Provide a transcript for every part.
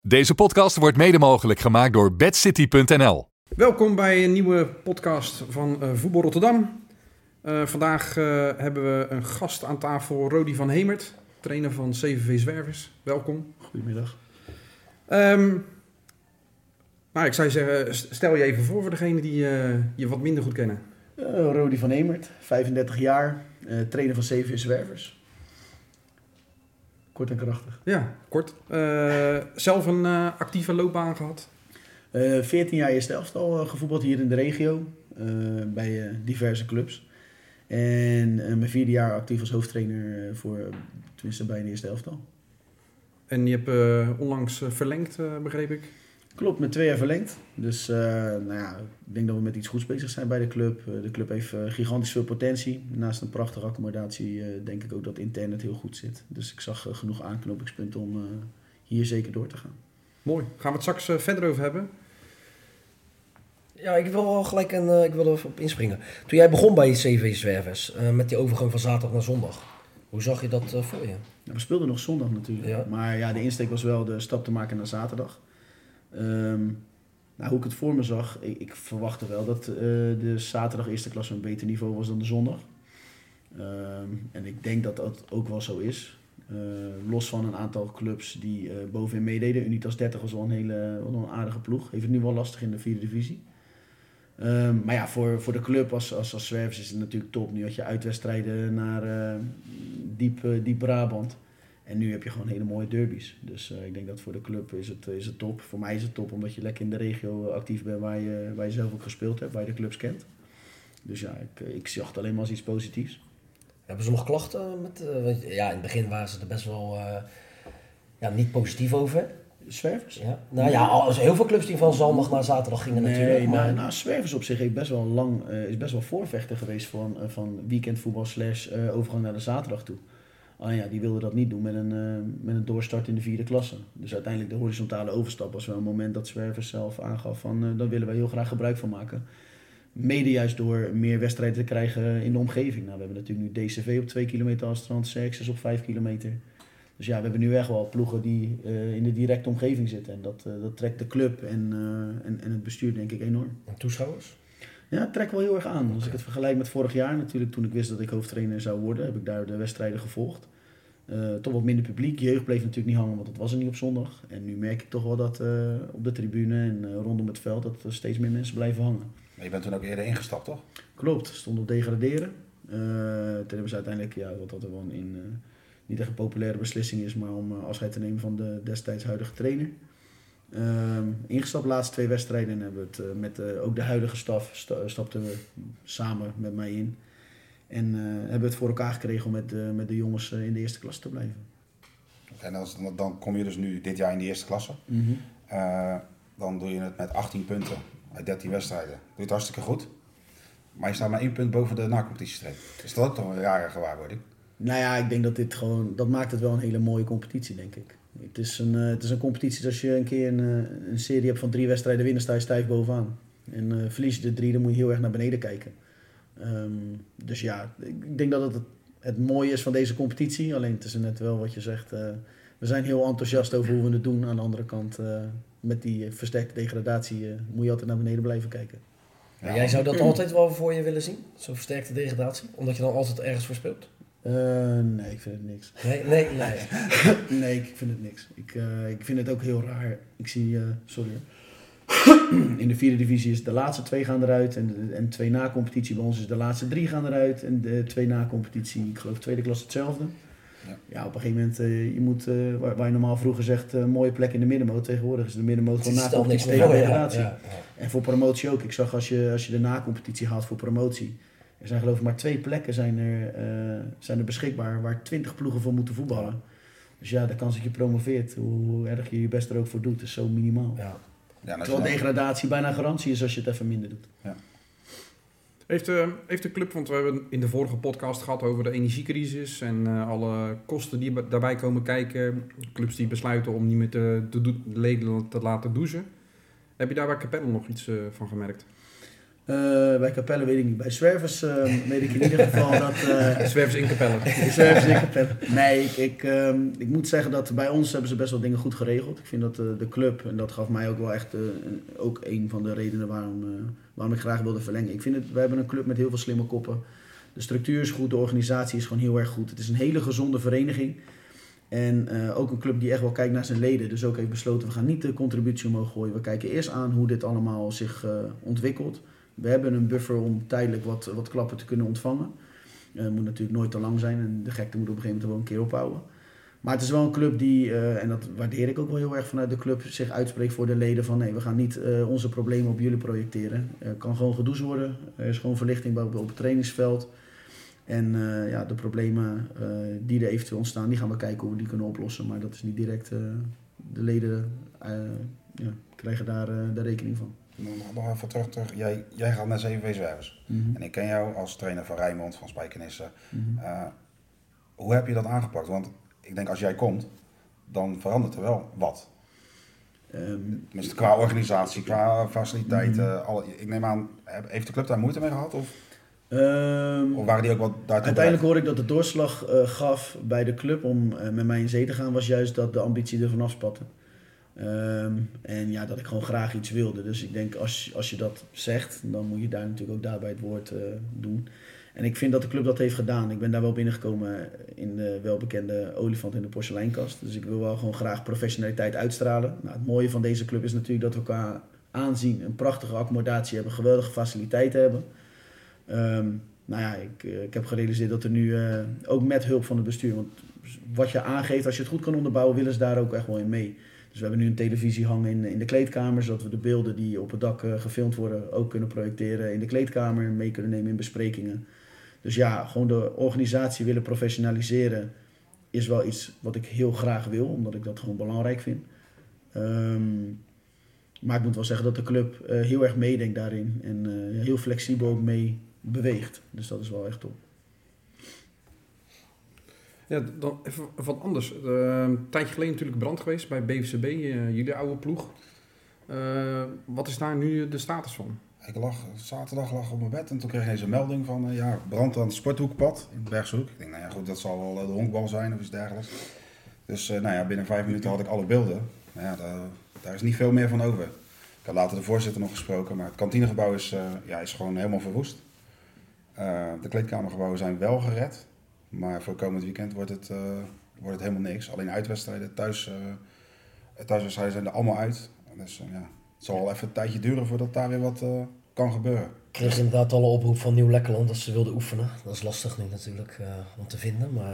Deze podcast wordt mede mogelijk gemaakt door bedcity.nl. Welkom bij een nieuwe podcast van Voetbal Rotterdam. Vandaag hebben we een gast aan tafel, Rody van Hemert, trainer van CVV Zwervers. Welkom. Goedemiddag. Ik zou zeggen, stel je even voor degene die je wat minder goed kennen. Rody van Hemert, 35 jaar, trainer van CVV Zwervers. Kort en krachtig. Ja, kort. Zelf een actieve loopbaan gehad? 14 jaar eerste elftal gevoetbald hier in de regio, bij diverse clubs. En mijn 4e jaar actief als hoofdtrainer tenminste bij de eerste elftal. En je hebt onlangs verlengd, begreep ik? Klopt, met 2 jaar verlengd. Dus ik denk dat we met iets goeds bezig zijn bij de club. De club heeft gigantisch veel potentie. Naast een prachtige accommodatie denk ik ook dat intern het heel goed zit. Dus ik zag genoeg aanknopingspunten om hier zeker door te gaan. Mooi. Gaan we het straks verder over hebben? Ja, ik wil wel gelijk ik wil er even op inspringen. Toen jij begon bij CVV Zwervers, met die overgang van zaterdag naar zondag. Hoe zag je dat voor je? Ja, we speelden nog zondag natuurlijk. Ja. Maar ja, de insteek was wel de stap te maken naar zaterdag. Hoe ik het voor me zag, ik verwachtte wel dat de zaterdag eerste klasse een beter niveau was dan de zondag. En ik denk dat dat ook wel zo is. Los van een aantal clubs die bovenin meededen. Unitas 30 was wel een aardige ploeg. Heeft het nu wel lastig in de 4e divisie. Maar ja, voor de club als Zwervers is het natuurlijk top. Nu had je uitwedstrijden naar diep Brabant. En nu heb je gewoon hele mooie derbies. Dus ik denk dat voor de club is het top. Voor mij is het top omdat je lekker in de regio actief bent waar je zelf ook gespeeld hebt. Waar je de clubs kent. Dus ja, ik zag het alleen maar als iets positiefs. Hebben ze nog klachten? Want in het begin waren ze er best wel niet positief over. Zwervers? Ja. Nou ja, heel veel clubs die van zondag naar zaterdag gingen natuurlijk. Maar... Zwervers op zich heeft best wel lang, is best wel voorvechter geweest van weekendvoetbal / overgang naar de zaterdag toe. Alleen ja, die wilden dat niet doen met een doorstart in de 4e klasse. Dus uiteindelijk de horizontale overstap was wel een moment dat Zwervers zelf aangaf van daar willen wij heel graag gebruik van maken. Mede juist door meer wedstrijden te krijgen in de omgeving. Nou, we hebben natuurlijk nu DCV op 2 kilometer afstand, Xerxes op 5 kilometer. Dus ja, we hebben nu echt wel ploegen die in de directe omgeving zitten. En dat trekt de club en het bestuur denk ik enorm. En toeschouwers? Ja, het trekt wel heel erg aan. Als ik het vergelijk met vorig jaar natuurlijk, toen ik wist dat ik hoofdtrainer zou worden, heb ik daar de wedstrijden gevolgd. Toch wat minder publiek. Jeugd bleef natuurlijk niet hangen, want dat was er niet op zondag. En nu merk ik toch wel dat op de tribune en rondom het veld dat er steeds meer mensen blijven hangen. Maar je bent toen ook eerder ingestapt, toch? Klopt, stond op degraderen. Toen hebben ze uiteindelijk, wat dat er wel niet echt een populaire beslissing is, maar om afscheid te nemen van de destijds huidige trainer. Ingestapt de laatste 2 wedstrijden en hebben we het met ook de huidige staf stapten we samen met mij in. En hebben we het voor elkaar gekregen om met de jongens in de eerste klasse te blijven. En dan kom je dus nu dit jaar in de eerste klasse. Mm-hmm. Dan doe je het met 18 punten uit 13 wedstrijden. Doe je het hartstikke goed. Maar je staat maar 1 punt boven de na-competitiestreep. Is dat ook toch een rare gewaarwording? Nou ja, ik denk dat maakt het wel een hele mooie competitie, denk ik. Het is een competitie, als je een keer een serie hebt van 3 wedstrijden winnen, sta je stijf bovenaan. En verlies je de 3, dan moet je heel erg naar beneden kijken. Dus ja, ik denk dat het mooie is van deze competitie. Alleen het is net wel wat je zegt. We zijn heel enthousiast over hoe we het doen. Aan de andere kant, met die versterkte degradatie, moet je altijd naar beneden blijven kijken. Ja. Jij zou dat altijd wel voor je willen zien? Zo'n versterkte degradatie? Omdat je dan altijd ergens voor speelt? Nee, ik vind het niks. Nee. Nee, ik vind het niks. Ik vind het ook heel raar. Ik zie, in de 4e divisie is de laatste 2 gaan eruit en 2 na-competitie. Bij ons is de laatste 3 gaan eruit en de 2 na-competitie, ik geloof 2e klas hetzelfde. Ja, op een gegeven moment, je moet, waar je normaal vroeger zegt, mooie plek in de middenmoot. Tegenwoordig is de middenmoot gewoon na-competitie tegen degradatie. Ja. En voor promotie ook. Ik zag als je de na-competitie haalt voor promotie. Er zijn geloof ik maar 2 plekken zijn er beschikbaar waar 20 ploegen voor moeten voetballen. Ja. Dus ja, de kans dat je promoveert, hoe erg je je best er ook voor doet, is zo minimaal. Ja. Terwijl degradatie bijna garantie is als je het even minder doet. Ja. Heeft de club, want we hebben in de vorige podcast gehad over de energiecrisis en alle kosten die daarbij komen kijken. Clubs die besluiten om niet meer de leden te laten douchen. Heb je daar bij Capelle nog iets van gemerkt? Bij Capelle weet ik niet. Bij Zwervers weet ik in ieder geval dat... Zwervers in Capelle. Zwervers in Capelle. Nee, ik moet zeggen dat bij ons hebben ze best wel dingen goed geregeld. Ik vind dat de club, en dat gaf mij ook wel echt ook een van de redenen waarom ik graag wilde verlengen. Ik vind we hebben een club met heel veel slimme koppen. De structuur is goed, de organisatie is gewoon heel erg goed. Het is een hele gezonde vereniging. En ook een club die echt wel kijkt naar zijn leden. Dus ook heeft besloten, we gaan niet de contributie omhoog gooien. We kijken eerst aan hoe dit allemaal zich ontwikkelt. We hebben een buffer om tijdelijk wat klappen te kunnen ontvangen. Het moet natuurlijk nooit te lang zijn en de gekte moet op een gegeven moment wel een keer ophouden. Maar het is wel een club die, en dat waardeer ik ook wel heel erg vanuit de club, zich uitspreekt voor de leden van nee, we gaan niet onze problemen op jullie projecteren. Er kan gewoon gedoucht worden, er is gewoon verlichting op het trainingsveld. En de problemen die er eventueel ontstaan, die gaan we kijken hoe we die kunnen oplossen. Maar dat is niet direct, de leden krijgen daar de rekening van. Nog even terug. Jij gaat naar CVV Zwervers. Mm-hmm. En ik ken jou als trainer van Rijnmond, van Spijkenisse. Mm-hmm. Hoe heb je dat aangepakt? Want ik denk als jij komt, dan verandert er wel wat. Tenminste, qua organisatie, qua faciliteiten. Ik neem aan, heeft de club daar moeite mee gehad? Of waren die ook wat daartoe uiteindelijk hoorde ik dat de doorslag gaf bij de club om met mij in zee te gaan, was juist dat de ambitie er vanaf spatte. En ja, dat ik gewoon graag iets wilde. Dus ik denk, als je dat zegt, dan moet je daar natuurlijk ook daarbij het woord doen. En ik vind dat de club dat heeft gedaan. Ik ben daar wel binnengekomen in de welbekende olifant in de porseleinkast. Dus ik wil wel gewoon graag professionaliteit uitstralen. Nou, het mooie van deze club is natuurlijk dat we elkaar aanzien, een prachtige accommodatie hebben, geweldige faciliteiten hebben. Ik heb gerealiseerd dat er nu, ook met hulp van het bestuur, want wat je aangeeft, als je het goed kan onderbouwen, willen ze daar ook echt wel in mee. Dus we hebben nu een televisie hangen in de kleedkamer, zodat we de beelden die op het dak gefilmd worden ook kunnen projecteren in de kleedkamer en mee kunnen nemen in besprekingen. Dus ja, gewoon de organisatie willen professionaliseren is wel iets wat ik heel graag wil, omdat ik dat gewoon belangrijk vind. Maar ik moet wel zeggen dat de club heel erg meedenkt daarin en heel flexibel ook mee beweegt. Dus dat is wel echt top. Ja, dan even wat anders. Een tijdje geleden natuurlijk brand geweest bij BVCB, jullie oude ploeg. Wat is daar nu de status van? Zaterdag lag op mijn bed en toen kreeg ik ineens een melding van brand aan het Sporthoekpad in Bergshoek. Ik denk, goed, dat zal wel de honkbal zijn of iets dergelijks. Dus binnen 5 minuten had ik alle beelden. Daar is niet veel meer van over. Ik had later de voorzitter nog gesproken, maar het kantinegebouw is gewoon helemaal verwoest. De kleedkamergebouwen zijn wel gered, maar voor komend weekend wordt het helemaal niks. Alleen uitwedstrijden, thuiswedstrijden zijn er allemaal uit. Dus het zal wel even een tijdje duren voordat daar weer wat kan gebeuren. Ik kreeg inderdaad al een oproep van Nieuw-Lekkerland dat ze wilden oefenen. Dat is lastig nu natuurlijk om te vinden, maar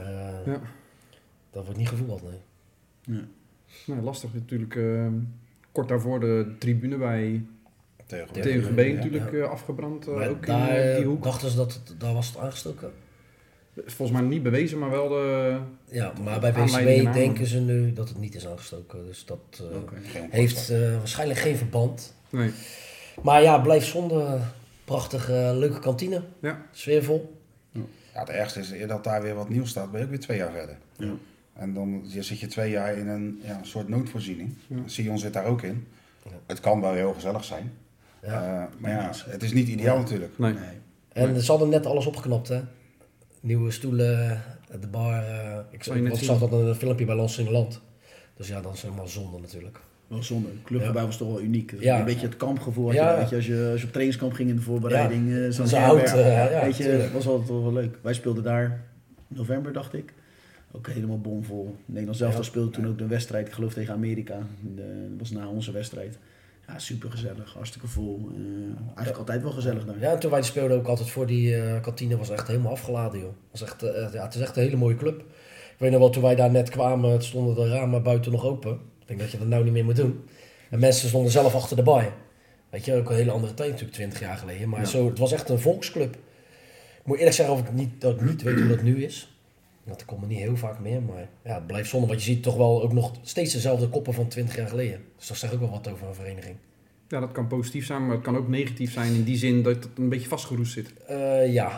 dat wordt niet gevoetbald, nee. Ja. Nou, lastig natuurlijk. Kort daarvoor de tribune bij TGB natuurlijk afgebrand. Maar ook daar in die hoek. dachten ze dat daar was het aangestoken. Volgens mij niet bewezen, maar wel de... Ja, maar bij aanleiding BCB en denken ze nu dat het niet is aangestoken. Dus dat Okay. heeft waarschijnlijk geen verband. Nee. Maar ja, blijft zonde. Prachtige, leuke kantine. Ja. Sfeervol. Ja, het ergste is dat daar weer wat nieuws staat, ben je ook weer 2 jaar verder. Ja. En dan zit je 2 jaar in een soort noodvoorziening. Ja. Sion zit daar ook in. Ja. Het kan wel heel gezellig zijn. Ja. Maar het is niet ideaal natuurlijk. Nee. En ze hadden net alles opgeknapt, hè. Nieuwe stoelen, de bar. Ik zag dat in een filmpje bij Lans in Land. Dus ja, dan is het helemaal zonde natuurlijk. Wel zonde. Het clubgebouw was toch wel uniek. Ja. Een beetje het kampgevoel. Ja. Als je op trainingskamp ging in de voorbereiding. Zo'n Zo oud. weet je, dat was altijd wel leuk. Wij speelden daar november, dacht ik. Ook helemaal bomvol. Nederland zelf speelde toen ook de wedstrijd, ik geloof tegen Amerika. Dat was na onze wedstrijd. Ja, super gezellig, hartstikke vol. Eigenlijk altijd wel gezellig daar. Ja, en toen wij speelden ook altijd voor die kantine was echt helemaal afgeladen, joh. Het is echt een hele mooie club. Ik weet nog wel, toen wij daar net kwamen, stonden de ramen buiten nog open. Ik denk dat je dat nou niet meer moet doen. En mensen stonden zelf achter de bar. Weet je, ook een hele andere tijd natuurlijk, 20 jaar geleden. Maar het was echt een volksclub. Ik moet eerlijk zeggen of ik niet weet hoe dat nu is. Dat komt er niet heel vaak meer, maar ja, het blijft zonde. Want je ziet toch wel ook nog steeds dezelfde koppen van 20 jaar geleden. Dus dat zegt ook wel wat over een vereniging. Ja, dat kan positief zijn, maar het kan ook negatief zijn in die zin dat het een beetje vastgeroest zit. Ja,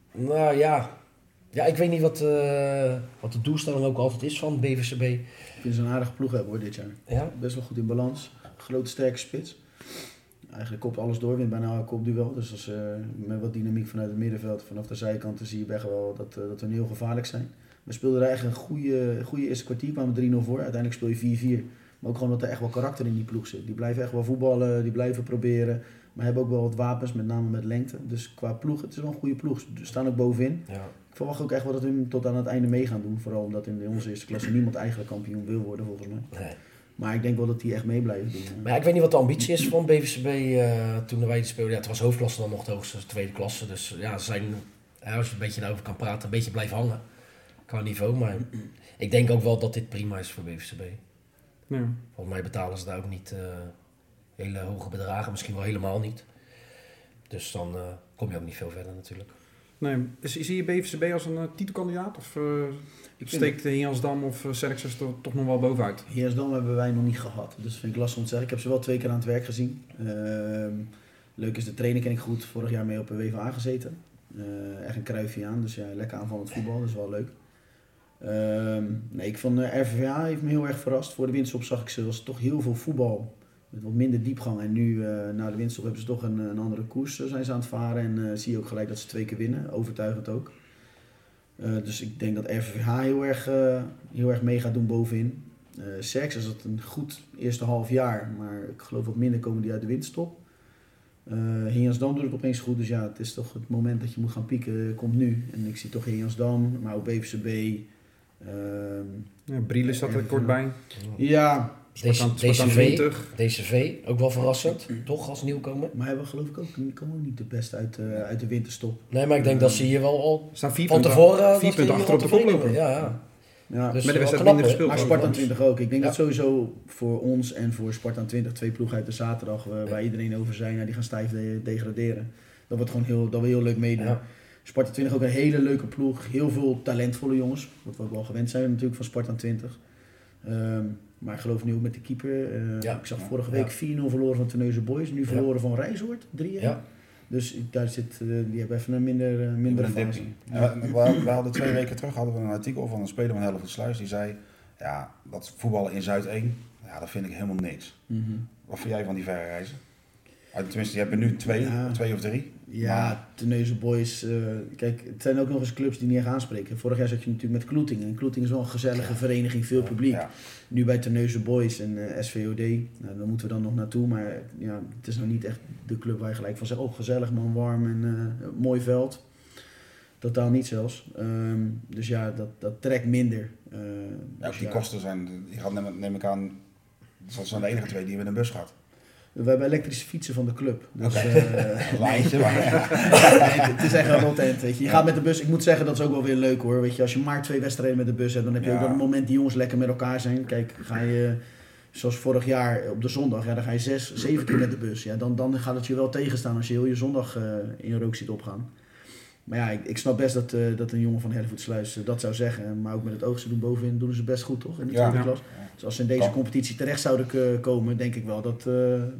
ik weet niet wat de doelstelling ook altijd is van BVCB. ik vind ze een aardige ploeg hebben hoor dit jaar. Ja? Best wel goed in balans. Grote sterke spits. eigenlijk kopt alles door, wint bijna elk kopduel. Dus als, met wat dynamiek vanuit het middenveld, vanaf de zijkanten zie je echt wel dat we heel gevaarlijk zijn. We speelden er eigenlijk een goede eerste kwartier, kwamen 3-0 voor. Uiteindelijk speel je 4-4. Maar ook gewoon dat er echt wel karakter in die ploeg zit. Die blijven echt wel voetballen, die blijven proberen. Maar hebben ook wel wat wapens, met name met lengte. Dus qua ploeg, het is wel een goede ploeg. Ze staan ook bovenin. Ja. Ik verwacht ook echt wel dat we hem tot aan het einde mee gaan doen. Vooral omdat in onze eerste klasse niemand eigenlijk kampioen wil worden volgens mij. Nee. Maar ik denk wel dat die echt mee blijven doen. Maar ja, ik weet niet wat de ambitie is van BVCB toen wij speelden. Ja, het was hoofdklasse dan nog de hoogste tweede klasse. Dus ja, ze zijn, als je een beetje daarover kan praten, een beetje blijven hangen. Qua niveau. Maar ik denk ook wel dat dit prima is voor BVCB. Ja. Volgens mij betalen ze daar ook niet hele hoge bedragen. Misschien wel helemaal niet. Dus dan kom je ook niet veel verder natuurlijk. Nee, zie je BVCB als een titelkandidaat? Of steekt Jansdam of Xerxes toch nog wel bovenuit? Heersdam hebben wij nog niet gehad. Dus vind ik lastig om te zeggen. Ik heb ze wel 2 keer aan het werk gezien. Leuk is, de trainer ken ik goed. Vorig jaar mee op een WVA gezeten. Echt een kruifje aan. Dus ja, lekker aanvallend voetbal. Dat is wel leuk. Nee, ik vond RVVA heeft me heel erg verrast. Voor de winterstop zag ik ze, was toch heel veel voetbal. Met wat minder diepgang. En nu, na de winterstop, hebben ze toch een andere koers zijn ze aan het varen. En zie je ook gelijk dat ze 2 keer winnen. Overtuigend ook. Dus ik denk dat RVVH heel erg mee gaat doen bovenin. Xerxes had een goed eerste half jaar. Maar ik geloof wat minder komen die uit de winterstop. Heersdam doet het opeens goed. Dus ja, het is toch het moment dat je moet gaan pieken. Komt nu. En ik zie toch Heersdam, maar ook BVCB. Brielen staat er kort bij. Ja, Spartaan DCV, ook wel verrassend, toch, als nieuwkomer? maar hebben we geloof ik ook niet de beste uit de winterstop. Nee, maar ik denk dat ze hier wel al staan 4 van punten, tevoren... 4 punten achter op de koploper. Ja. Ja, Dus met de wedstrijd knap, minder gespeeld. maar Spartaan 20 ook. Ik denk Ja. dat sowieso voor ons en voor Spartaan 20 2 ploegen uit de zaterdag waar iedereen over zei, nou, die gaan stijf degraderen. Dat wordt gewoon dat we heel leuk meedoen. Ja. Spartaan 20 ook een hele leuke ploeg. Heel veel talentvolle jongens. Wat we ook wel gewend zijn natuurlijk van Spartaan 20. Maar ik geloof nu ook met de keeper. Ja. Ik zag vorige week 4-0 verloren van Terneuzen Boys. Nu verloren van Rijshoort, 3-1. Ja. Dus daar zit, die hebben even een minder fase. We hadden 2 weken terug hadden we een artikel van een speler van Hellevoetsluis. Die zei, ja, dat voetballen in Zuid 1, ja, dat vind ik helemaal niks. Mm-hmm. Wat vind jij van die verre reizen? Tenminste, je hebt er nu 2 of 3. Ja, Terneuzen Boys. Kijk, het zijn ook nog eens clubs die niet echt aanspreken. Vorig jaar zat je natuurlijk met Kloeting. En Kloeting is wel een gezellige vereniging, veel publiek. Ja. Nu bij Terneuzen Boys en SVOD, nou, daar moeten we dan nog naartoe. Maar ja, het is nog niet echt de club waar je gelijk van zegt, oh gezellig man, warm en mooi veld. Totaal niet zelfs. Dus ja, dat trekt minder. Ja, Dus die kosten zijn, die gaat neem ik aan, dat zijn de enige 2 die we in een bus gaat. We hebben elektrische fietsen van de club. Dus, Dat is een eindje, maar het is echt een rotent, weet je. Je gaat met de bus, ik moet zeggen, dat is ook wel weer leuk hoor. Weet je, als je maar 2 wedstrijden met de bus hebt, dan heb je ook dat moment die jongens lekker met elkaar zijn. Kijk, ga je, zoals vorig jaar op de zondag, ja, dan ga je 6, 7 keer met de bus. Ja, dan gaat het je wel tegenstaan als je heel je zondag in rook ziet opgaan. Maar ja, ik snap best dat een jongen van Hellevoetsluis dat zou zeggen. Maar ook met het oog, ze doen bovenin, doen ze best goed toch, in de tweede klas. Dus als ze in deze competitie terecht zouden komen, denk ik wel dat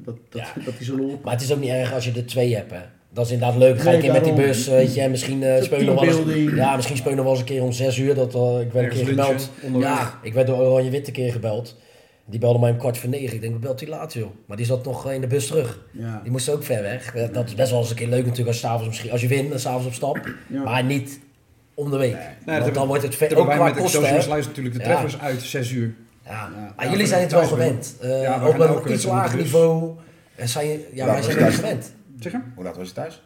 die zullen op. Maar het is ook niet erg als je er 2 hebt, hè. Dat is inderdaad leuk. Ga je een keer met die bus, weet je, en misschien speel je nog wel eens een keer om 6 uur. Ik werd een keer gebeld. Ja, ik werd door Oranje Wit een keer gebeld. Die belde mij om 8:45. Ik denk, wat belt hij laat, joh? Maar die zat nog in de bus terug. Ja. Die moest ook ver weg. Dat is best wel eens een keer leuk natuurlijk als je 'avonds misschien, als je wint, dan 's avonds op stap. Ja. Maar niet om de week. Nee, Want dan wordt het ver, ook ook qua met de kosten, hè. Social natuurlijk de treffers uit 6 uur. Ja. Ja. Maar jullie zijn het wel gewend. we Op gaan elke een iets week lager met de bus. niveau. Wij zijn er niet gewend. Zeg je? hoe laat was je thuis?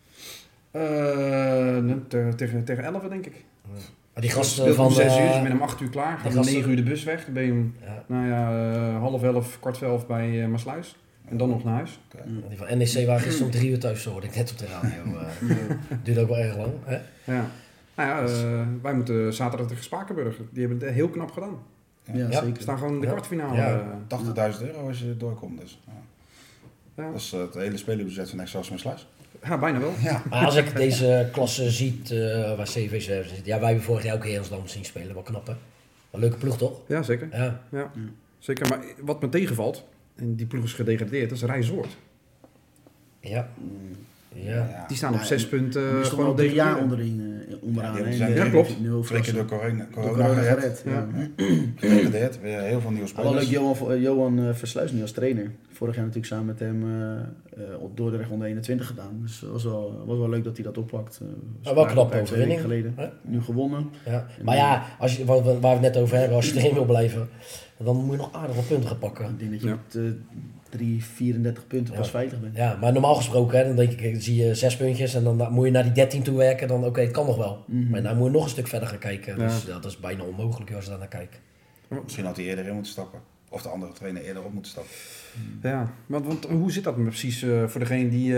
Tegen 11 denk ik. Maar die gasten Speelt om van... 6 uur, dus je bent om 8 uur klaar. Gaat om gasten- 9 uur de bus weg. Dan ben je om Ja. 10:30, 11:15 bij Maasluis. En dan nog naar huis. Die van NEC waren gisteren om 3 uur thuis, zo hoorde ik net op de radio. Duurde ook wel erg lang. Hè? Ja. Nou ja, wij moeten zaterdag tegen Spakenburg. Die hebben het heel knap gedaan. Ja, Ja. We zeker. staan gewoon in de Ja. kwartfinale. Ja. €80.000 als je doorkomt. Dus. Ja. Ja. Dat is het hele spelenbudget van Excelsior Sluis. Ja, bijna wel. Ja. Maar als ik deze klasse ziet, waar CV Zwervers zit. Ja, wij hebben vorig jaar ook Heersdam zien spelen. Wel knap, hè? Een leuke ploeg, toch? Ja, zeker. Ja. Zeker. Maar wat me tegenvalt, en die ploeg is gedegradeerd, dat is Rijswoord. Ja. Ja. Die staan op Ja, 6 punten. Die stond gewoon al op 3 jaar degraderen. onderaan. Ja, die hè, zijn in de- ja, klopt. in de hoofdklasse. Twee keer door Door corona gered. gered. Ja. Gedegradeerd. Weer heel veel nieuwe Wel leuk, spelers. Johan Versluis nu als trainer. Vorig jaar natuurlijk samen met hem op Dordrecht onder 21 gedaan. Dus het was wel leuk dat hij dat oppakt. wel knap twee overwinning. weken geleden. Hè? Nu gewonnen. Ja. Maar ja, waar we het net over hebben, als je erin wil blijven, dan moet je nog aardig wat punten gaan pakken. Ik denk dat je Ja. met 34 punten pas veilig bent. Ja, maar normaal gesproken, hè, dan denk ik, dan zie je 6 puntjes en dan moet je naar die 13 toe werken. Dan oké, het kan nog wel. Mhm. Maar nou moet je nog een stuk verder gaan kijken. Ja. Dus dat is bijna onmogelijk als je daar naar kijkt. Misschien had hij eerder in moeten stappen. Of de andere trainer eerder op moeten stappen. Ja, want hoe zit dat precies voor degene die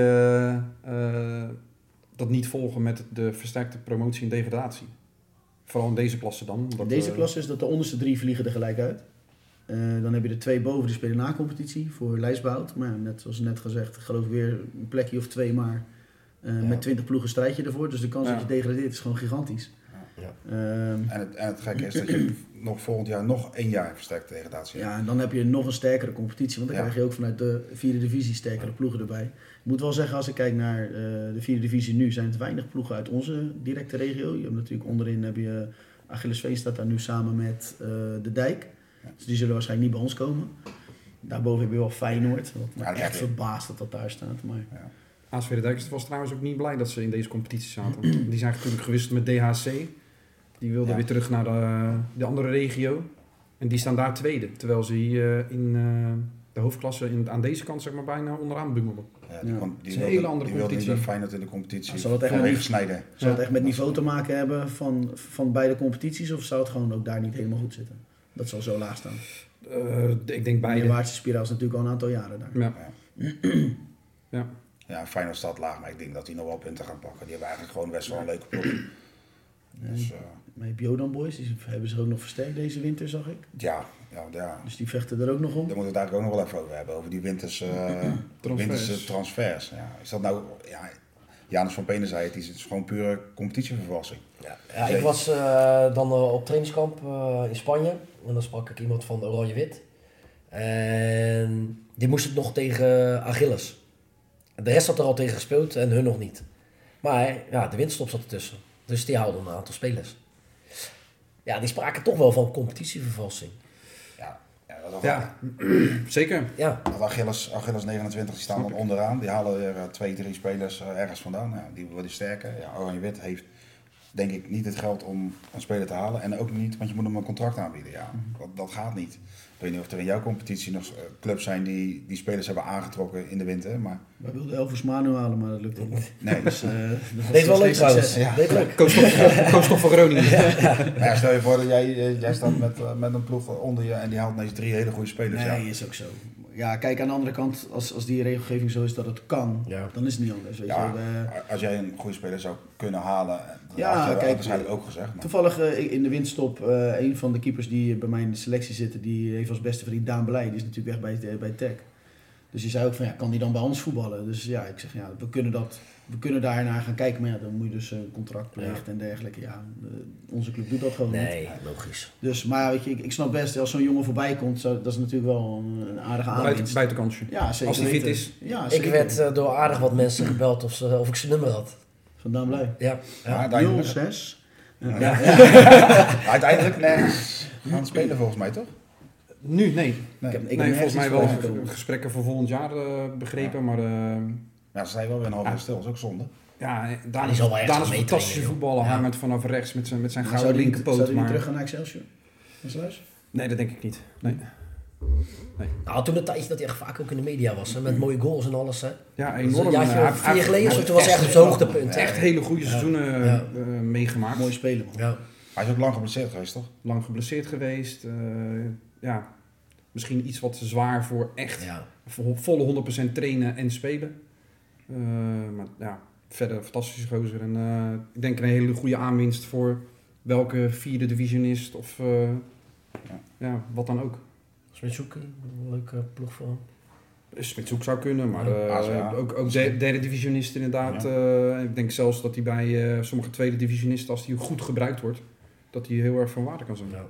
dat niet volgen met de versterkte promotie en degradatie? Vooral in deze klasse dan. In Omdat, deze klasse is dat de onderste 3 vliegen er gelijk uit. Dan heb je de 2 boven die spelen na competitie voor lijstbehoud. Maar ja, net zoals net gezegd, geloof ik weer een plekje of 2 maar. Met 20 ploegen strijd je ervoor. Dus de kans dat je degradeert is gewoon gigantisch. Ja. En het gekke is dat je nog volgend jaar nog 1 jaar versterkte degradatie hebt. Ja, en dan heb je nog een sterkere competitie. Want dan Ja. krijg je ook vanuit de 4e divisie sterkere ploegen erbij. Ik moet wel zeggen, als ik kijk naar de 4e divisie nu, zijn het weinig ploegen uit onze directe regio. Je hebt natuurlijk onderin heb je Achillesveen staat daar nu samen met de Dijk. Ja. Dus die zullen waarschijnlijk niet bij ons komen. Daarboven heb je wel Feyenoord. Wat me Ja, dat echt heb je. verbaasd dat daar staat. Maar ASV de Dijkers was trouwens ook niet blij dat ze in deze competitie zaten. Die zijn natuurlijk gewisseld met DHC. Die wilden weer terug naar de andere regio. En die staan daar tweede. Terwijl ze hier in de hoofdklasse aan deze kant zeg maar bijna onderaan bungelen. Ja, Ja. die Het is een hele andere die wilde niet competitie. bij Feyenoord in de competitie Ja, zal het echt vanwege niet- snijden. zou het echt met niveau te maken hebben van beide competities? Of zou het gewoon ook daar niet helemaal goed zitten? Dat zal zo laag staan. Ik denk De beide. neerwaartse spiraal is natuurlijk al een aantal jaren daar. Ja. Ja, Feyenoord staat laag, maar ik denk dat die nog wel punten gaan pakken. Die hebben eigenlijk gewoon best wel een leuke ploeg. Dus Maar Bjodan Boys, die hebben zich ook nog versterkt deze winter, zag ik. ja. Dus die vechten er ook nog om. Daar moeten we het eigenlijk ook nog wel even over hebben. Over die winterse transfers. Ja. Is dat nou... Ja, Janus van Penen zei het, is gewoon pure competitievervalsing. Ja, ik was dan op trainingskamp in Spanje. En dan sprak ik iemand van Oranje-Wit. En die moest het nog tegen Achilles. De rest had er al tegen gespeeld en hun nog niet. Maar ja, de winterstop zat ertussen. Dus die houden een aantal spelers. Ja, die spraken toch wel van competitievervalsing. Ja, Zeker. Ja, dat Achilles 29 die staan dan onderaan. Die halen weer 2-3 spelers ergens vandaan. Ja, die worden sterker. Ja, Oranje-Wit heeft denk ik niet het geld om een speler te halen. En ook niet, want je moet hem een contract aanbieden. Ja, dat gaat niet. Ik weet niet of er in jouw competitie nog clubs zijn die spelers hebben aangetrokken in de winter. Maar Wij wilden Elvis Manu halen, maar dat lukte niet. nee. Dus, dat was deed wel geen leuk trouwens. succes. Ja. Deed leuk. Koosstof van Groningen. Maar ja, stel je voor dat jij staat met een ploeg onder je en die haalt ineens 3 hele goede spelers. Nee, Ja. is ook zo. Ja, kijk, aan de andere kant, als die regelgeving zo is dat het kan, Ja. dan is het niet anders. Weet Ja, je. als jij een goede speler zou kunnen halen, dat Ja, had je kijk, waarschijnlijk ook gezegd. Maar. Toevallig in de winststop, een van de keepers die bij mij in de selectie zitten, die heeft als beste vriend Daan Belij, die is natuurlijk weg bij Tech. Dus die zei ook van, ja, kan die dan bij ons voetballen? Dus ja, ik zeg, ja, we kunnen daarnaar gaan kijken, maar ja, dan moet je dus een contract plegen en dergelijke. Ja, onze club doet dat gewoon niet. Nee, logisch. Dus, maar weet je, ik snap best, als zo'n jongen voorbij komt, dat is natuurlijk wel een aardige aanwinst. Buitenkansje. Ja, zeker Als hij fit weten. is. Ja, Ik zeker. werd door aardig wat mensen gebeld of ik zijn nummer had. Van Daan Belij. Ja, ja. Ja, 06. Uiteindelijk nergens gaan spelen volgens mij, toch? Nu, nee. Ik heb Nee, nergens volgens mij iets wel voorbij gekomen. gesprekken voor volgend jaar begrepen, maar Ja, ze zijn wel weer een half jaar stil, dat is ook zonde. ja, Daan die is zal wel een ergens mee fantastische trainen, voetballer, joh. Ja. hangend vanaf rechts met zijn Maar gouden zou die linkerpoot. niet Maar terug gaan naar Excelsior? nee, dat denk ik niet. Nee. Nou, toen een tijdje dat hij echt vaak ook in de media was, hè, met mooie goals en alles. Hè. Ja, Dus enorm. een jaartje Hij of 4 heeft geleden, of zo, toen was hij echt op zijn hoogtepunt. echt hele goede seizoenen Ja. meegemaakt. Mooi spelen, man. Ja. Hij is ook lang geblesseerd geweest, toch? Lang geblesseerd geweest. Ja, misschien iets wat zwaar voor echt Ja. voor volle 100% trainen en spelen. Maar ja, verder een fantastische gozer. En ik denk een hele goede aanwinst voor welke 4e divisionist of ja, wat dan ook. Smitshoek, een leuke ploeg voor hem. Smitshoek zou kunnen, maar Ja. ook derde divisionist inderdaad. Ik denk zelfs dat hij bij sommige tweede divisionisten, als die goed gebruikt wordt, dat hij heel erg van waarde kan zijn. Ja.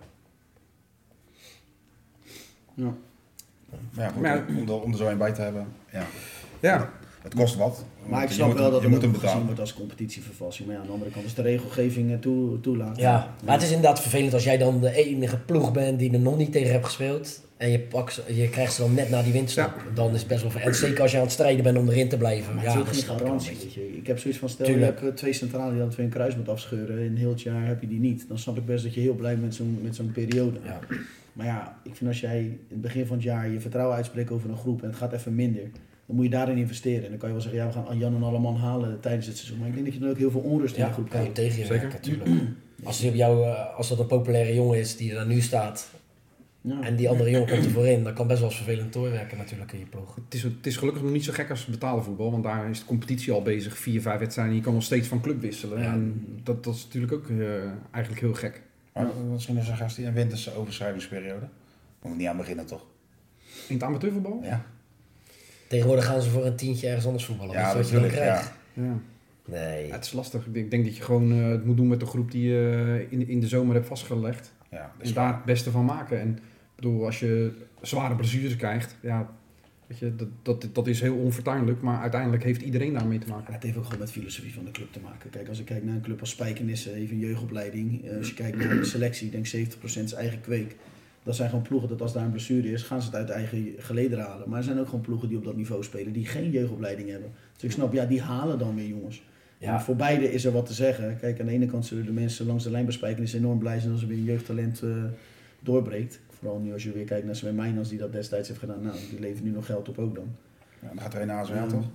Ja. Maar ja, goed, Maar om er zo een bij te hebben. Ja. Ja, Het kost wat. Maar ik Je snap moet wel dat je het moet hem ook gezien betalen. wordt als competitievervalsing. Maar ja, aan de andere kant is de regelgeving toelaat. Ja, maar het is inderdaad vervelend als jij dan de enige ploeg bent die er nog niet tegen hebt gespeeld. En je krijgt ze dan net na die winststop. Dan is het best wel ver. En zeker als je aan het strijden bent om erin te blijven. Maar Ja, het is dat ook snap geen ik wel een garantie. beetje. Weet je. Ik heb zoiets van, stel Tuurlijk. je hebt 2 centralen die dan 2 een kruisband afscheuren. In heel het jaar heb je die niet. Dan snap ik best dat je heel blij bent met zo'n periode. Ja. Maar ja, ik vind als jij in het begin van het jaar je vertrouwen uitspreekt over een groep en het gaat even minder, dan moet je daarin investeren. En dan kan je wel zeggen, ja, we gaan Jan en Alleman halen tijdens het seizoen. Maar ik denk dat je dan ook heel veel onrust in de Ja, groep kan je krijgt. tegen je Zeker. werken, natuurlijk. Als die op jou, als dat een populaire jongen is die er dan nu staat Ja. en die andere jongen komt ervoor in, dan kan best wel eens vervelend doorwerken natuurlijk in je ploeg. Het is gelukkig nog niet zo gek als betalen voetbal, want daar is de competitie al bezig. 4, 5 wedstrijden. Je kan nog steeds van club wisselen. Ja. En dat is natuurlijk ook eigenlijk heel gek. Maar misschien een suggestie, een winterse overschrijvingsperiode. Moet er niet aan beginnen, toch? In het amateurvoetbal? Ja. Tegenwoordig gaan ze voor een tientje ergens anders voetballen. Ja, Weet je wat je dan natuurlijk, krijgt? Ja. Nee. Ja, het is lastig. Ik denk dat je gewoon het moet doen met de groep die je in de zomer hebt vastgelegd. Ja, dat En is daar waar. het beste van maken. En ik bedoel, als je zware blessures krijgt, ja, weet je, dat is heel onfortuinlijk. Maar uiteindelijk heeft iedereen daarmee te Ja, maken. het heeft ook gewoon met filosofie van de club te maken. Kijk, als ik kijk naar een club als Spijkenisse, even een jeugdopleiding. Als je kijkt naar de selectie, ik denk 70% is eigen kweek. Dat zijn gewoon ploegen dat als daar een blessure is, gaan ze het uit eigen gelederen halen. Maar er zijn ook gewoon ploegen die op dat niveau spelen, die geen jeugdopleiding hebben. Dus ik snap, ja, die halen dan weer jongens. Ja. En voor beide is er wat te zeggen. Kijk, aan de ene kant zullen de mensen langs de lijn bij Spijkenisse enorm blij zijn als er weer een jeugdtalent doorbreekt. Vooral nu als je weer kijkt naar Sven Meijnans die dat destijds heeft gedaan. Nou, die levert nu nog geld op ook dan. Ja, dan gaat er een naar ASWL, toch?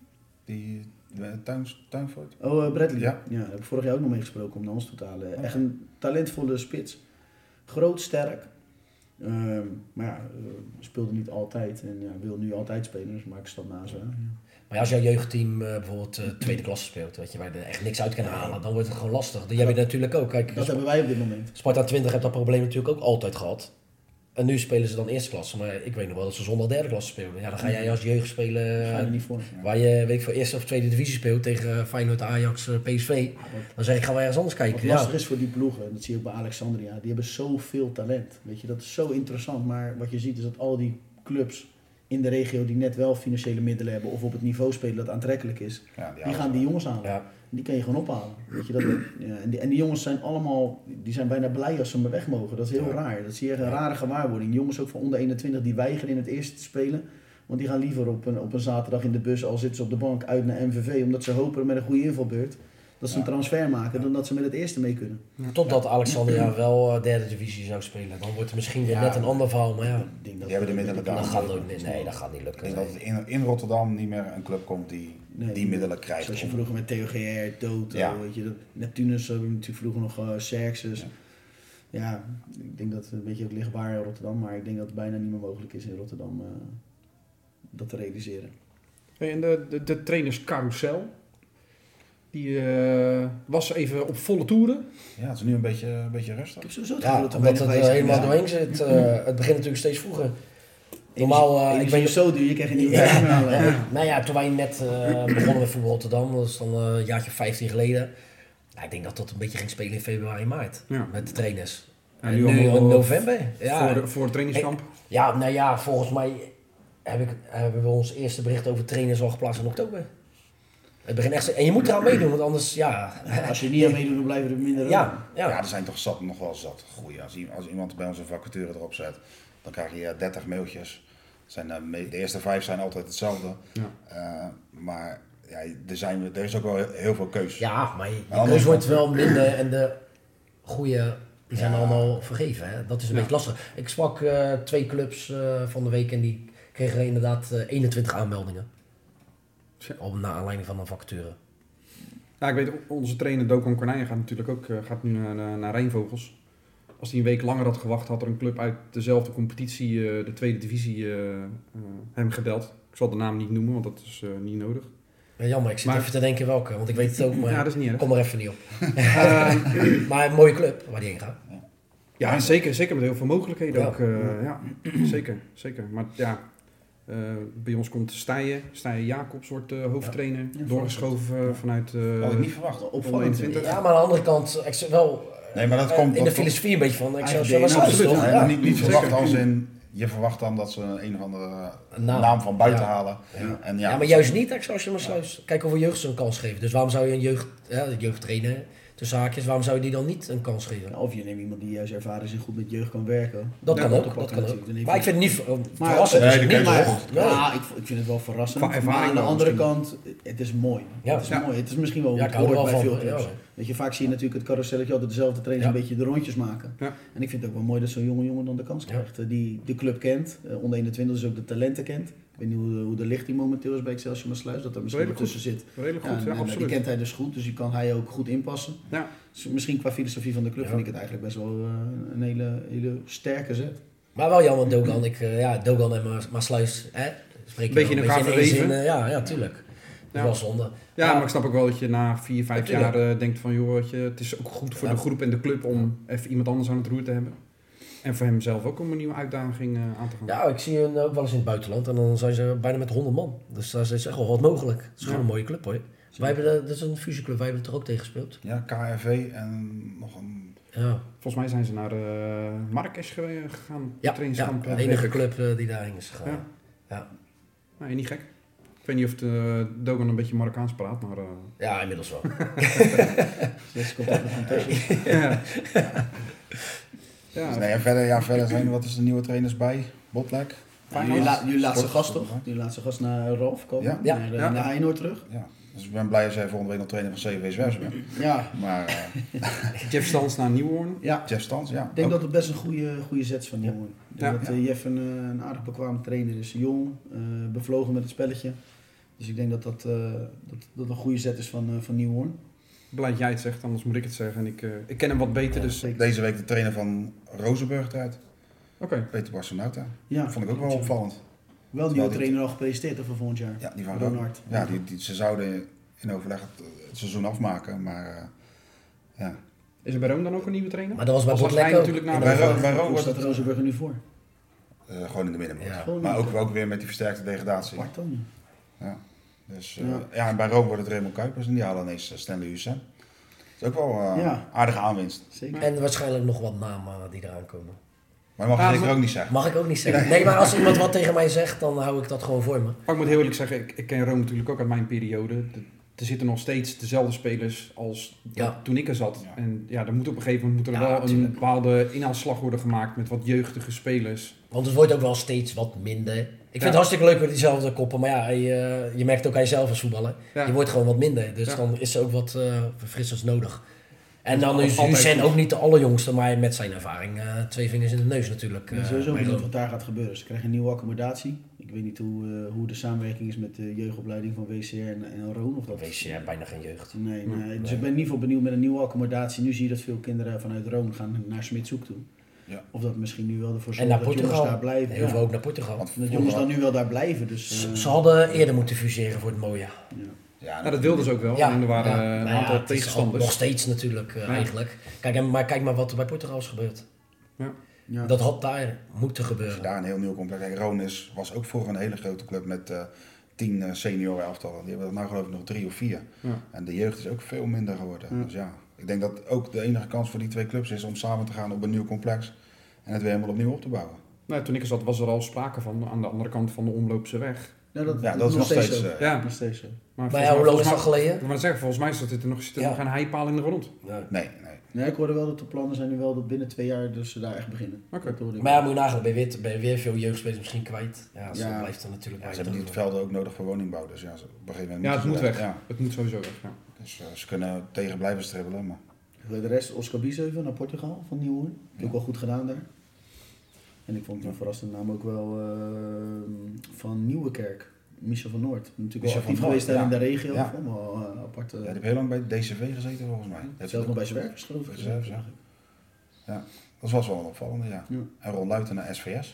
Die Tuinvoort. Oh, Bradley. Ja. Daar heb ik vorig jaar ook nog mee gesproken om naar ons toe te halen. Echt een talentvolle spits. Groot, sterk. Maar ja, speelde niet altijd. En ja, wil nu altijd spelen, dus maak ik stap naast wel. Maar ja, als jouw jeugdteam bijvoorbeeld tweede klasse speelt, weet je, waar je er echt niks uit kan halen, dan wordt het gewoon lastig. Die heb je natuurlijk ook. Kijk, Dat hebben wij op dit moment. Sparta 20 heeft dat probleem natuurlijk ook altijd gehad. En nu spelen ze dan eerste klasse, maar ik weet nog wel dat ze zondag derde klasse spelen. Ja, dan ga jij als jeugd spelen Ga je er niet voor. waar je, weet ik veel, eerste of tweede divisie speelt tegen Feyenoord, Ajax, PSV. Dan zeg ik, gaan wij ergens anders kijken. Wat Ja. lastig is voor die ploegen, en dat zie je ook bij Alexandria, die hebben zoveel talent. Weet je, dat is zo interessant. Maar wat je ziet is dat al die clubs in de regio die net wel financiële middelen hebben of op het niveau spelen dat aantrekkelijk is, Ja, die gaan die jongens halen. Ja. Die kan je gewoon ophalen. Weet je, ja, en die jongens zijn allemaal, die zijn bijna blij als ze maar weg mogen. Dat is heel raar. Dat zie je echt een rare gewaarwording. Jongens ook van onder 21 die weigeren in het eerste te spelen. Want die gaan liever op een zaterdag in de bus, al zitten ze op de bank, uit naar MVV. Omdat ze hopen met een goede invalbeurt dat ze een transfer maken, dan dat ze met het eerste mee kunnen. Totdat Alexandria wel derde divisie zou spelen. Dan wordt het misschien weer net een ander verhaal. Maar ja, Ik denk dat Die hebben de middelen dat daar. gaat nooit meer. Nee, dat gaat niet Ik lukken. denk dat het in Rotterdam niet meer een club komt die Nee, die middelen krijgt. Zoals je om- vroeger met Theo Dood, Ja. weet je, Neptunus hebben we natuurlijk vroeger nog Xerxes. Ja, ik denk dat het een beetje ook ligt waar in Rotterdam, maar ik denk dat het bijna niet meer mogelijk is in Rotterdam dat te realiseren. Hey, en de trainerscarousel, die was even op volle toeren. Ja, het is nu een beetje rustig. Ik heb sowieso het Ja, gevoel dat er omdat weinig het bij zijn. helemaal Ja. doorheen zit. Het begint natuurlijk steeds vroeger. Normaal, ik Energie weet is zo duur, je krijgt een nieuwe trein halen. Nou ja, toen wij net begonnen met voetbal Rotterdam, dat is dan een jaartje 15 geleden. Ja, ik denk dat dat een beetje ging spelen in februari, maart. Ja. Met de trainers. En En nu nu allemaal in november. Ja, voor het trainingskamp. ja, nou ja, volgens mij hebben we ons eerste bericht over trainers al geplaatst in oktober. Het begint echt, en je moet eraan meedoen, want anders, ja. Als je niet aan meedoet, dan blijven er minder over. Ja, Ja, ja. er zijn toch nog wel zat groeien. Als iemand bij onze vacature erop zet, dan krijg je 30 mailtjes. De eerste 5 zijn altijd hetzelfde. Ja. Maar ja, er is ook wel heel veel keus. Ja, maar je Anders- keus wordt wel minder en de goede, die zijn Ja. allemaal vergeven. Hè? Dat is een beetje lastig. Ik sprak 2 clubs van de week en die kregen inderdaad 21 aanmeldingen. Naar aanleiding van een vacature. Ja, ik weet, onze trainer Dokan Kornijen gaat natuurlijk ook gaat nu naar Rijnvogels. Als hij een week langer had gewacht, had er een club uit dezelfde competitie, de tweede divisie, hem gebeld. Ik zal de naam niet noemen, want dat is niet nodig. Ja, jammer, ik zit Maar- even te denken welke, want ik weet het ook, maar Ja, dat is niet ik erg. kom er even niet op. Maar een mooie club waar die heen gaat. Ja, zeker met heel veel mogelijkheden Ja. ook. Ja, zeker. Maar ja, bij ons komt Steijen Jacobs wordt hoofdtrainer, Ja, doorgeschoven vanuit Had ik niet verwacht. Opvallend. 21. Ja, maar aan de andere kant, wel Nee, maar dat komt in de dat- filosofie een beetje van, ik zou Eigen zo DNA, wel absoluut, toch? Nee, Ja. maar niet Zeker. verwacht als in je verwacht dan dat ze een of andere Een naam van buiten Ja. halen. Ja. En Ja, maar juist niet Excelsior Maasluis. Kijk hoeveel jeugd ze een kans geven. Dus waarom zou je een jeugdtrainer, tussen haakjes, waarom zou je die dan niet een kans geven? Ja, of je neemt iemand die juist ervaren is en goed met jeugd kan werken. Dat Ja, kan te ook, pakken dat kan ook. natuurlijk. Dan heeft Maar ik hij- vind het niet Maar- verrassend. Nee, is die het niet, ken je maar- goed. Nee. Ja, ik vind het wel verrassend. Qua ervaring Maar aan de wel andere misschien. kant, het is mooi. Ja. Het is Ja. mooi. Het is misschien wel hoe Ja, het ik hou er hoort wel bij van. veel clubs. Ja. Weet je, vaak zie je natuurlijk het carouselletje altijd dezelfde trainers Ja. een beetje de rondjes maken. Ja. En ik vind het ook wel mooi dat zo'n jonge jongen dan de kans Ja. krijgt. Die de club kent, onder 21 dus ook de talenten kent. Ik weet niet hoe de lichting momenteel is bij Excelsior Maasluis, dat er misschien wat Redelijk tussen zit. Redelijk Ja, goed, ja, en, die absoluut. kent hij dus goed, dus die kan hij ook goed inpassen. Ja. Dus misschien qua filosofie van de club Ja. vind ik het eigenlijk best wel een hele sterke zet. Maar wel jammer, Dogan. Dogan en Maasluis, hè? Spreken Beetje wel in elkaar één verweven. zin, ja, tuurlijk. Dat is Ja. wel zonde. Ja, maar ik snap ook wel dat je na 4-5 Natuurlijk. jaar denkt van, joh, weet je, het is ook goed voor Ja. de groep en de club om even iemand anders aan het roer te hebben. En voor hem zelf ook om een nieuwe uitdaging aan te gaan. Ja, ik zie hun ook wel eens in het buitenland en dan zijn ze bijna met 100 man. Dus daar is echt wel wat mogelijk. Het is gewoon Ja. een mooie club hoor. Wij hebben dat is een fusieclub, wij hebben er ook tegen gespeeld. Ja, KRV en nog een... Ja, Volgens mij zijn ze naar Marrakesh gegaan. ja, trainingskamp. de enige club die daarheen is gegaan. Ja. Ja. Nee, niet gek. Ik weet niet of Dogan een beetje Marokkaans praat, maar... Ja, inmiddels wel. Dus komt er nog een tussen. ja. Ja, Dus nee, en verder zijn er, wat is de nieuwe trainers bij? Botlek? Jullie laatste Sport- gast toch? Jullie laatste gast naar Ralf komen? Ja. Naar, Ja. naar Eindhoven terug? Ja. Dus ik ben blij dat jij volgende week nog trainer van CVV Zwerven bent. Ja. Maar Jeff Stans naar Nieuwhoorn. Ja. Jeff Stans, ja. Ik denk ook- dat het best een goede zet is van die jongen. Ik denk Ja. dat Jeff een aardig bekwame trainer is. Jong, bevlogen met het spelletje. Dus ik denk dat dat een goede zet is van Nieuwhoorn. Blij dat jij het zegt, anders moet ik het zeggen. En ik ken hem wat beter, Ja, dus... Deze week de trainer van Rozenburg eruit. Oké. Peter Barsenauta. Ja. Dat vond ik ook wel opvallend. Wel een Terwijl nieuwe die- trainer al gepresenteerd hè, voor volgend jaar. Ja, die van Ronhard. Ja, ze zouden in overleg het seizoen afmaken, maar ja. Is er bij Rome dan ook een nieuwe trainer? Maar dat was bij Als Botlek hij ook. natuurlijk naar Bij de- Rome- bij Rome Hoe wordt staat het Rozenburg er nu voor? gewoon in de middenmoot. Ja. Gewoon Maar niet. ook weer met die versterkte degradatie. Apart dan. Dus Ja. ja, en bij Rome wordt het Raymond Kuipers en die halen ineens Stanley Hussein. Dat is ook wel Ja. aardige aanwinst. Zeker. En waarschijnlijk nog wat namen die eraan komen. Maar je mag Ja, het zeker maar- ook niet zeggen. Mag ik ook niet zeggen. Nee, maar als iemand wat tegen mij zegt, dan hou ik dat gewoon voor me. Maar ik moet heel eerlijk zeggen, ik ken Rome natuurlijk ook uit mijn periode. Er zitten nog steeds dezelfde spelers als Ja. toen ik er zat. Ja. En ja, er moet op een gegeven moment moet er Ja, wel een tuurlijk. bepaalde inhaalslag worden gemaakt met wat jeugdige spelers. Want het wordt ook wel steeds wat minder. Ik vind Ja. het hartstikke leuk met diezelfde koppen, maar ja, je merkt ook aan jezelf als voetballer. Ja. Je wordt gewoon wat minder, dus Ja. dan is er ook wat verfrissends nodig. En Dat dan is is altijd Hussein goed. ook niet de allerjongste, maar met zijn ervaring 2 vingers in de neus natuurlijk. Ik ben sowieso bij benieuwd Rome. wat daar gaat gebeuren. Ze krijgen een nieuwe accommodatie. Ik weet niet hoe de samenwerking is met de jeugdopleiding van WCR en Roon. Of dat... Wees je bijna geen jeugd. Nee. Dus Nee. ik ben in ieder geval benieuwd met een nieuwe accommodatie. Nu zie je dat veel kinderen vanuit Roon gaan naar Smitshoek toe. Ja. Of dat misschien nu wel ervoor En zorgt naar dat jongens Portugal. daar blijven. Heel Ja. veel ook naar Portugal. Want Dat vroeger- jongens dan nu wel daar blijven. Dus, Ze hadden eerder moeten fuseren voor het mooie. ja. Ja, Nou, dat wilden ze ook wel. En er waren een Nou ja, aantal het is tegenstanders. nog steeds natuurlijk eigenlijk. Kijk maar wat er bij Portugal is gebeurd. Ja. Dat had daar moeten Als je gebeuren. daar een heel nieuw complex... Kijk, Roon was ook vroeger een hele grote club met 10 senioren elftallen. Die hebben er nou geloof ik nog 3 of 4. Ja. En de jeugd is ook veel minder geworden. Ja. Dus ja, ik denk dat ook de enige kans voor die 2 clubs is om samen te gaan op een nieuw complex. En het weer helemaal opnieuw op te bouwen. Nou, toen ik er zat was er al sprake van aan de andere kant van de Omloopse weg. Ja, dat is nog steeds... zo. Ja. Nog steeds zo. Maar ja, hoe lang is dat geleden? Ik wil zeggen, volgens mij zit er nog Ja. een heipaal in de grond. Nee. Nee, ik hoorde wel dat de plannen zijn nu wel dat binnen 2 jaar dus ze daar echt beginnen. Oké. Dat hoorde ik Maar ja, wel. moet je nagaan, ben je weer veel jeugdspelers misschien kwijt. Ja, zo Ja. blijft er natuurlijk Ja, ze bij. hebben die velden ook nodig voor woningbouw. Dus ja, op een gegeven moment Ja, het moeten moet ze weg. Ja. Het moet sowieso weg, ja. Dus ze kunnen tegen blijven stribbelen. Maar Voor de rest, Oscar Biesheuvel naar Portugal van Nieuwhoorn. Heb ik ook wel goed gedaan daar. En ik vond een verrassende naam ook wel van Nieuwekerk. Michel van Noord. Natuurlijk Michel wel actief van geweest Noord, daar in ja. de regio. Ja. Allemaal apart. ja, die heeft heel lang bij DCV gezeten volgens mij. Heeft zelfs hij nog ook- bij Zwervers geloof ik. Bij Zwervers, ja. Dat was wel een opvallende, ja. Ja. En Ron Luiten naar SVS.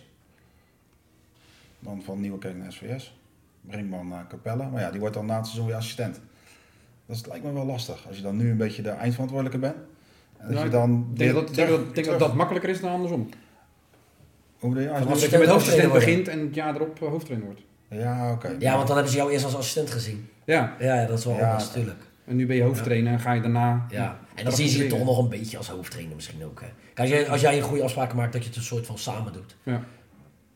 Dan van Nieuwekerk naar SVS. Brinkman naar Capelle. Maar ja, die wordt dan na het seizoen weer assistent. Dat lijkt me wel lastig. Als je dan nu een beetje de eindverantwoordelijke bent. En dat Ja, je dan... Ik denk weer dat terug- dat makkelijker is dan andersom. Hoe bedoel je? Als je Als dan- je met hoofdtrainer assistent worden. begint en het jaar erop hoofdtrainer wordt. Ja, oké. Ja, want dan hebben ze jou eerst als assistent gezien. Ja, Ja, dat is wel Ja, anders oké. natuurlijk. en nu ben je hoofdtrainer en ga je daarna... Ja. En dan zie je je toch nog een beetje als hoofdtrainer misschien ook. Hè. Kijk, als jij een goede afspraken maakt dat je het een soort van samen doet. Ja.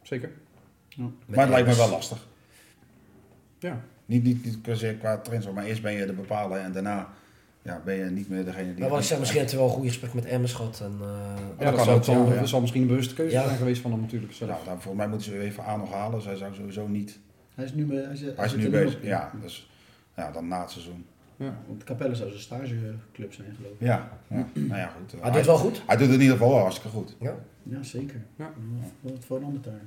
Zeker. Maar het lijkt me wel lastig. Ja. Niet per se qua trends, maar eerst ben je de bepaler en daarna ben je niet meer degene die... Maar wat ik zeg, misschien heeft hij wel een goede gesprek met Emmers gehad. En, dat kan zal, ook, zal, ja. zal misschien een bewuste keuze Ja. zijn geweest van hem natuurlijk zelf. Nou, volgens mij moeten ze even aan nog halen. Zij zou sowieso niet... Hij is nu, Hij is nu bezig. Ja, dus dan na het seizoen. Ja. Want Capelle zou zijn stageclub zijn, geloof ik. Ja. Nou ja, goed. hij doet het wel goed. Hij doet het in ieder geval wel hartstikke goed. Ja. Ja, zeker. Ja. Wat verandert daar?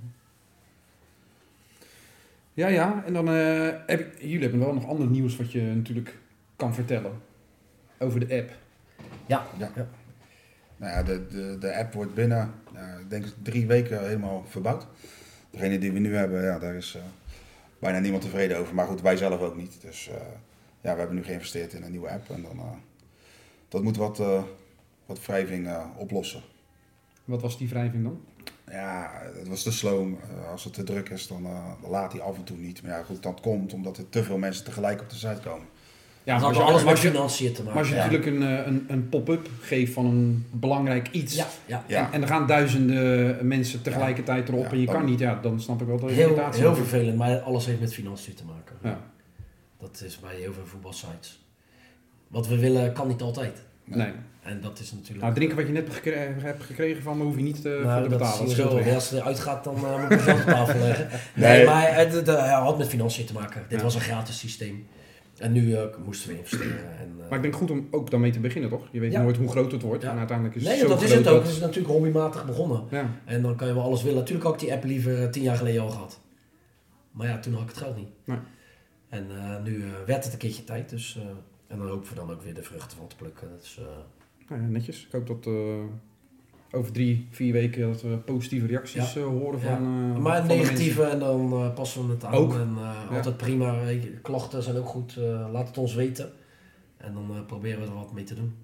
Ja. En dan jullie hebben wel nog ander nieuws wat je natuurlijk kan vertellen. Over de app. Ja. Nou ja, de app wordt binnen, ik denk 3 weken helemaal verbouwd. Degene die we nu hebben, daar is bijna niemand tevreden over. Maar goed, wij zelf ook niet. Dus we hebben nu geïnvesteerd in een nieuwe app. En dan, dat moet wat wrijving oplossen. Wat was die wrijving dan? Ja, het was te sloom. Als het te druk is, dan laat hij af en toe niet. Maar ja, goed, dat komt omdat er te veel mensen tegelijk op de site komen. Ja, Het maar had als je, alles met als je, financiën te maar maken. als je natuurlijk een pop-up geeft van een belangrijk iets. Ja. Ja. En er gaan duizenden mensen tegelijkertijd erop Ja, en je dan- kan niet. Ja, dan snap ik wel de Heel irritatie. vervelend, maar alles heeft met financiën te maken. Ja. Dat is bij heel veel voetbalsites. Wat we willen kan niet altijd. Nee. En dat is natuurlijk... Nou, drinken wat je net hebt gekregen van me hoef je niet voor Nou, te dat betalen. zien Dat we scheelt zo. weer. Als het eruit gaat, dan moet ik het zelf op tafel leggen. Nee. Nee, maar het had met financiën te maken. Dit Ja. was een gratis systeem. En nu moesten we investeren. En, Maar ik denk goed om ook daarmee te beginnen, toch? Je weet Ja. nooit hoe groot het wordt. Ja. En uiteindelijk is het nee, zo dat is groot het ook. dat- Het is natuurlijk hobbymatig begonnen. Ja. En dan kan je wel alles willen. Natuurlijk had ik die app liever 10 jaar geleden al gehad. Maar ja, toen had ik het geld niet. Nee. En nu werd het een keertje tijd. Dus, en dan hopen we dan ook weer de vruchten van te plukken. Dus, Nou ja, netjes. Ik hoop dat over 3-4 weken dat we positieve reacties horen Ja. van maar van de negatieve en dan passen we het aan. Ook. En Ja. altijd prima. Weet je, klachten zijn ook goed. Laat het ons weten. En dan proberen we er wat mee te doen.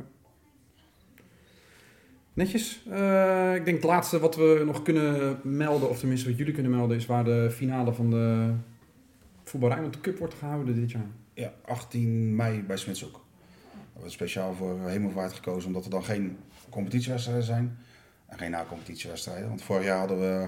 Netjes. Ik denk het laatste wat we nog kunnen melden, of tenminste wat jullie kunnen melden, is waar de finale van de Voetbal Rijnmond Cup wordt gehouden dit jaar. Ja, 18 mei bij Smitshoek. We hebben speciaal voor Hemelvaart gekozen omdat er dan geen competitiewedstrijden zijn. En geen na-competitiewedstrijden. Want vorig jaar hadden we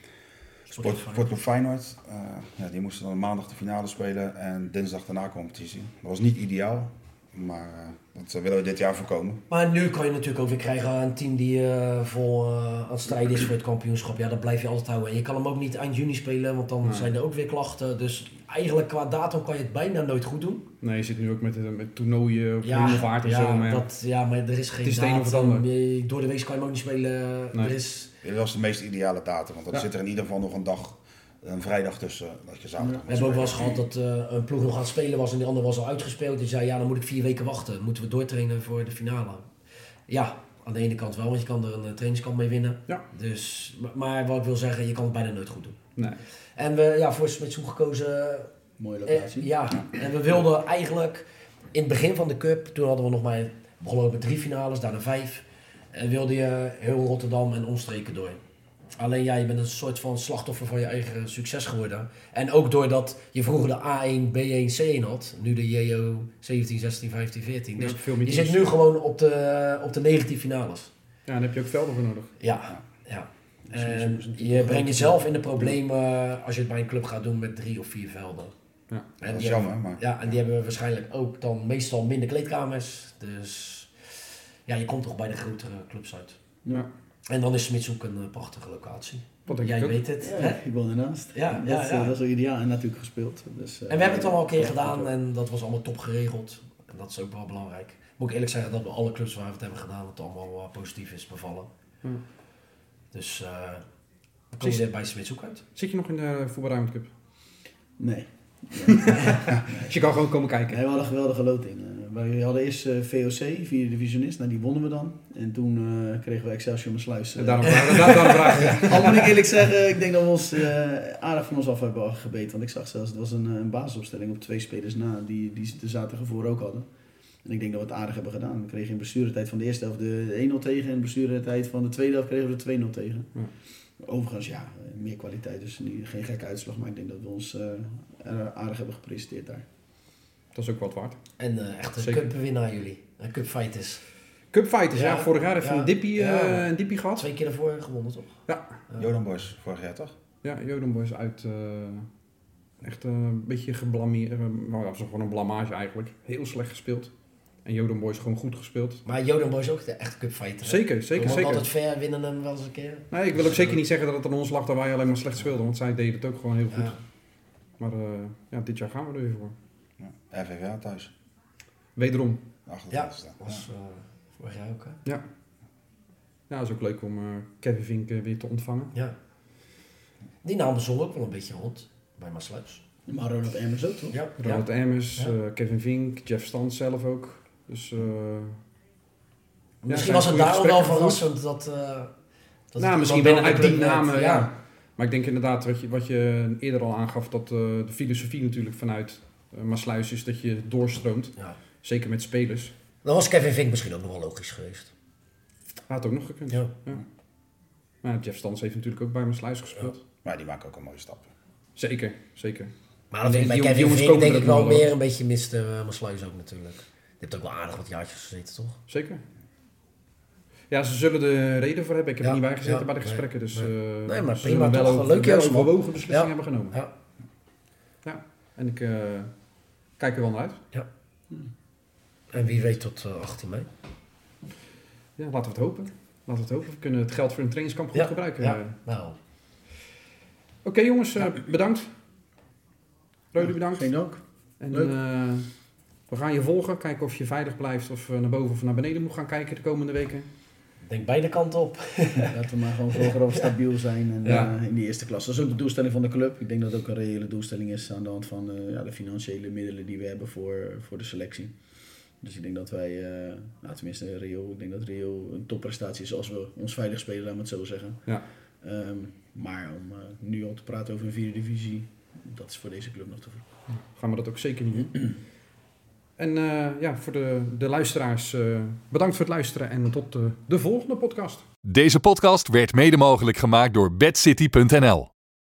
Sportclub Feyenoord. Die moesten dan maandag de finale spelen en dinsdag de na-competitie. Dat was niet ideaal, maar dat willen we dit jaar voorkomen. Maar nu kan je natuurlijk ook weer krijgen een team die vol aan het strijden is voor het kampioenschap. Ja, dat blijf je altijd houden. En je kan hem ook niet eind juni spelen, want dan Nee. zijn er ook weer klachten. Dus eigenlijk qua datum kan je het bijna nooit goed doen. Nee, je zit nu ook met toernooien op Hemelvaart en zo. Maar maar er is geen Het is het een of het datum. ander. Door de week kan je hem ook niet spelen. Nee. Er is... Dit was de meest ideale datum, want dan Ja. zit er in ieder geval nog een vrijdag tussen dat je zaterdag We hebben ook wel eens gehad dat een ploeg nog aan het spelen was en de ander was al uitgespeeld. Die zei, ja, dan moet ik 4 weken wachten. Moeten we doortrainen voor de finale. Ja, aan de ene kant wel, want je kan er een trainingskamp mee winnen. Ja. Dus, maar wat ik wil zeggen, je kan het bijna nooit goed doen. nee. En we voor Smitshoek gekozen. Mooie locatie. En we wilden eigenlijk in het begin van de cup, toen hadden we nog maar, begonnen we met 3 finales, daarna 5. En wilde je heel Rotterdam en omstreken door. Alleen ja, je bent een soort van slachtoffer van je eigen succes geworden. En ook doordat je vroeger de A1, B1, C1 had. Nu de JO 17, 16, 15, 14. Dus Ja, veel meer je teams. zit nu gewoon op de 19 finales. Ja, daar heb je ook velden voor nodig. Ja. Dus En is het je brengt jezelf in de problemen als je het bij een club gaat doen met 3 of 4 velden. Ja. En Dat is die jammer, hebben- maar... Ja, en die hebben waarschijnlijk ook dan meestal minder kleedkamers. Dus ja, je komt toch bij de grotere clubs uit. Ja. En dan is Smitshoek een prachtige locatie. Wat denk Jij ik ook. weet het. Ja, Hè? ik woon ernaast. Ja, dat, ja. dat is wel ideaal en natuurlijk gespeeld. Dus, En we hebben het al een keer ja, gedaan en dat was allemaal top geregeld. En dat is ook wel belangrijk. Moet ik eerlijk zeggen dat bij alle clubs waar we het hebben gedaan, het allemaal positief is bevallen. Ja. Dus we komen er bij Smitshoek uit. Zit je nog in de Voetbal Rijnmond Cup? Nee. Dus je kan gewoon komen kijken. Nee, we hadden een geweldige loting. We hadden eerst VOC, vierde divisionist. Nou, die wonnen we dan. En toen kregen we Excelsior Sluis. En daarom vraag ik. Al moet ik eerlijk zeggen, ik denk dat we ons aardig van ons af hebben gebeten. Want ik zag zelfs, het was een basisopstelling op 2 spelers na, die de zaterdag ervoor ook hadden. En ik denk dat we het aardig hebben gedaan. We kregen in blessuretijd van de eerste helft de 1-0 tegen. En in blessuretijd van de tweede helft kregen we de 2-0 tegen. Ja. Overigens, ja, meer kwaliteit. Dus geen gekke uitslag. Maar ik denk dat we ons aardig hebben gepresenteerd daar. Dat is ook wat waard. En echt een Zeker. cupwinnaar jullie. Een cupfighters. Cupfighters, Ja. vorig jaar even Ja. een dippie gehad. 2 keer ervoor gewonnen, toch? Jodan Boys vorig jaar toch? Ja, Joden Boys uit echt een beetje geblameerd. Nou, dat was gewoon een blamage eigenlijk. Heel slecht gespeeld. En Joden Boys gewoon goed gespeeld. Maar Jodan Boys ook de echte cupfighter. hè? Zeker. Komen ook altijd ver, winnen hem wel eens een keer. Nee, ik wil ook zeker niet zeggen dat het aan ons lag dat wij alleen maar slecht speelden. Want zij deden het ook gewoon heel goed. Ja. Maar dit jaar gaan we er weer voor. Ja, RVVA thuis. Wederom. 28e. Was vorig jaar ook, hè? Ja, het is ook leuk om Kevin Vink weer te ontvangen. Ja. Die naam zong ook wel een beetje rond bij Maasluis. Maar Ronald Emmers ook, toch? Ja. Ronald Emmers, Ja. Kevin Vink, Jeff Stans zelf ook. Dus, Misschien ja, was het goede daarom wel gesprekken verrassend dat nou, het misschien iemand wel binnen uit de die club namen, werd. ja. Maar ik denk inderdaad, wat je eerder al aangaf, dat de filosofie natuurlijk vanuit Maasluis is dat je doorstroomt. Ja. Zeker met spelers. Dan was Kevin Vink misschien ook nog wel logisch geweest. Had ook nog gekund. Ja. Maar Jeff Stans heeft natuurlijk ook bij Maasluis gespeeld. Maar die maken ook een mooie stap. Zeker. Maar dat vind ik bij Die Kevin jongens Vink komen denk er ik ook wel nog wel. meer een beetje miste Maasluis ook natuurlijk. Je hebt ook wel aardig wat jaartjes gezeten, toch? Zeker. Ja, ze zullen er reden voor hebben. Ik heb er Ja, niet bij gezeten ja, bij de nee, gesprekken. Dus Nee, maar ze prima, zullen toch? wel Leuk, wel Joost, man. overwogen beslissing Ja. hebben genomen. Ja. En ik kijk er wel naar uit. En wie weet tot 18 mei. Ja, laten we het hopen. We kunnen het geld voor een trainingskamp goed gebruiken. Ja. Nou, Oké, jongens, bedankt. Rode, bedankt. Geen dank. En Leuk. we gaan je volgen. Kijken of je veilig blijft of naar boven of naar beneden moet gaan kijken de komende weken. ik denk beide kanten op. Laten we maar gewoon zorgen dat we stabiel zijn en, Ja. in die eerste klasse. Dat is ook de doelstelling van de club. Ik denk dat het ook een reële doelstelling is aan de hand van de financiële middelen die we hebben voor de selectie. Dus ik denk dat wij, tenminste Rio, ik denk dat Rio een topprestatie is als we ons veilig spelen, laat me het zo zeggen. Ja. Maar om nu al te praten over een 4e divisie, dat is voor deze club nog te vroeg. Gaan we dat ook zeker niet doen. En voor de luisteraars, bedankt voor het luisteren en tot de volgende podcast. Deze podcast werd mede mogelijk gemaakt door bedcity.nl.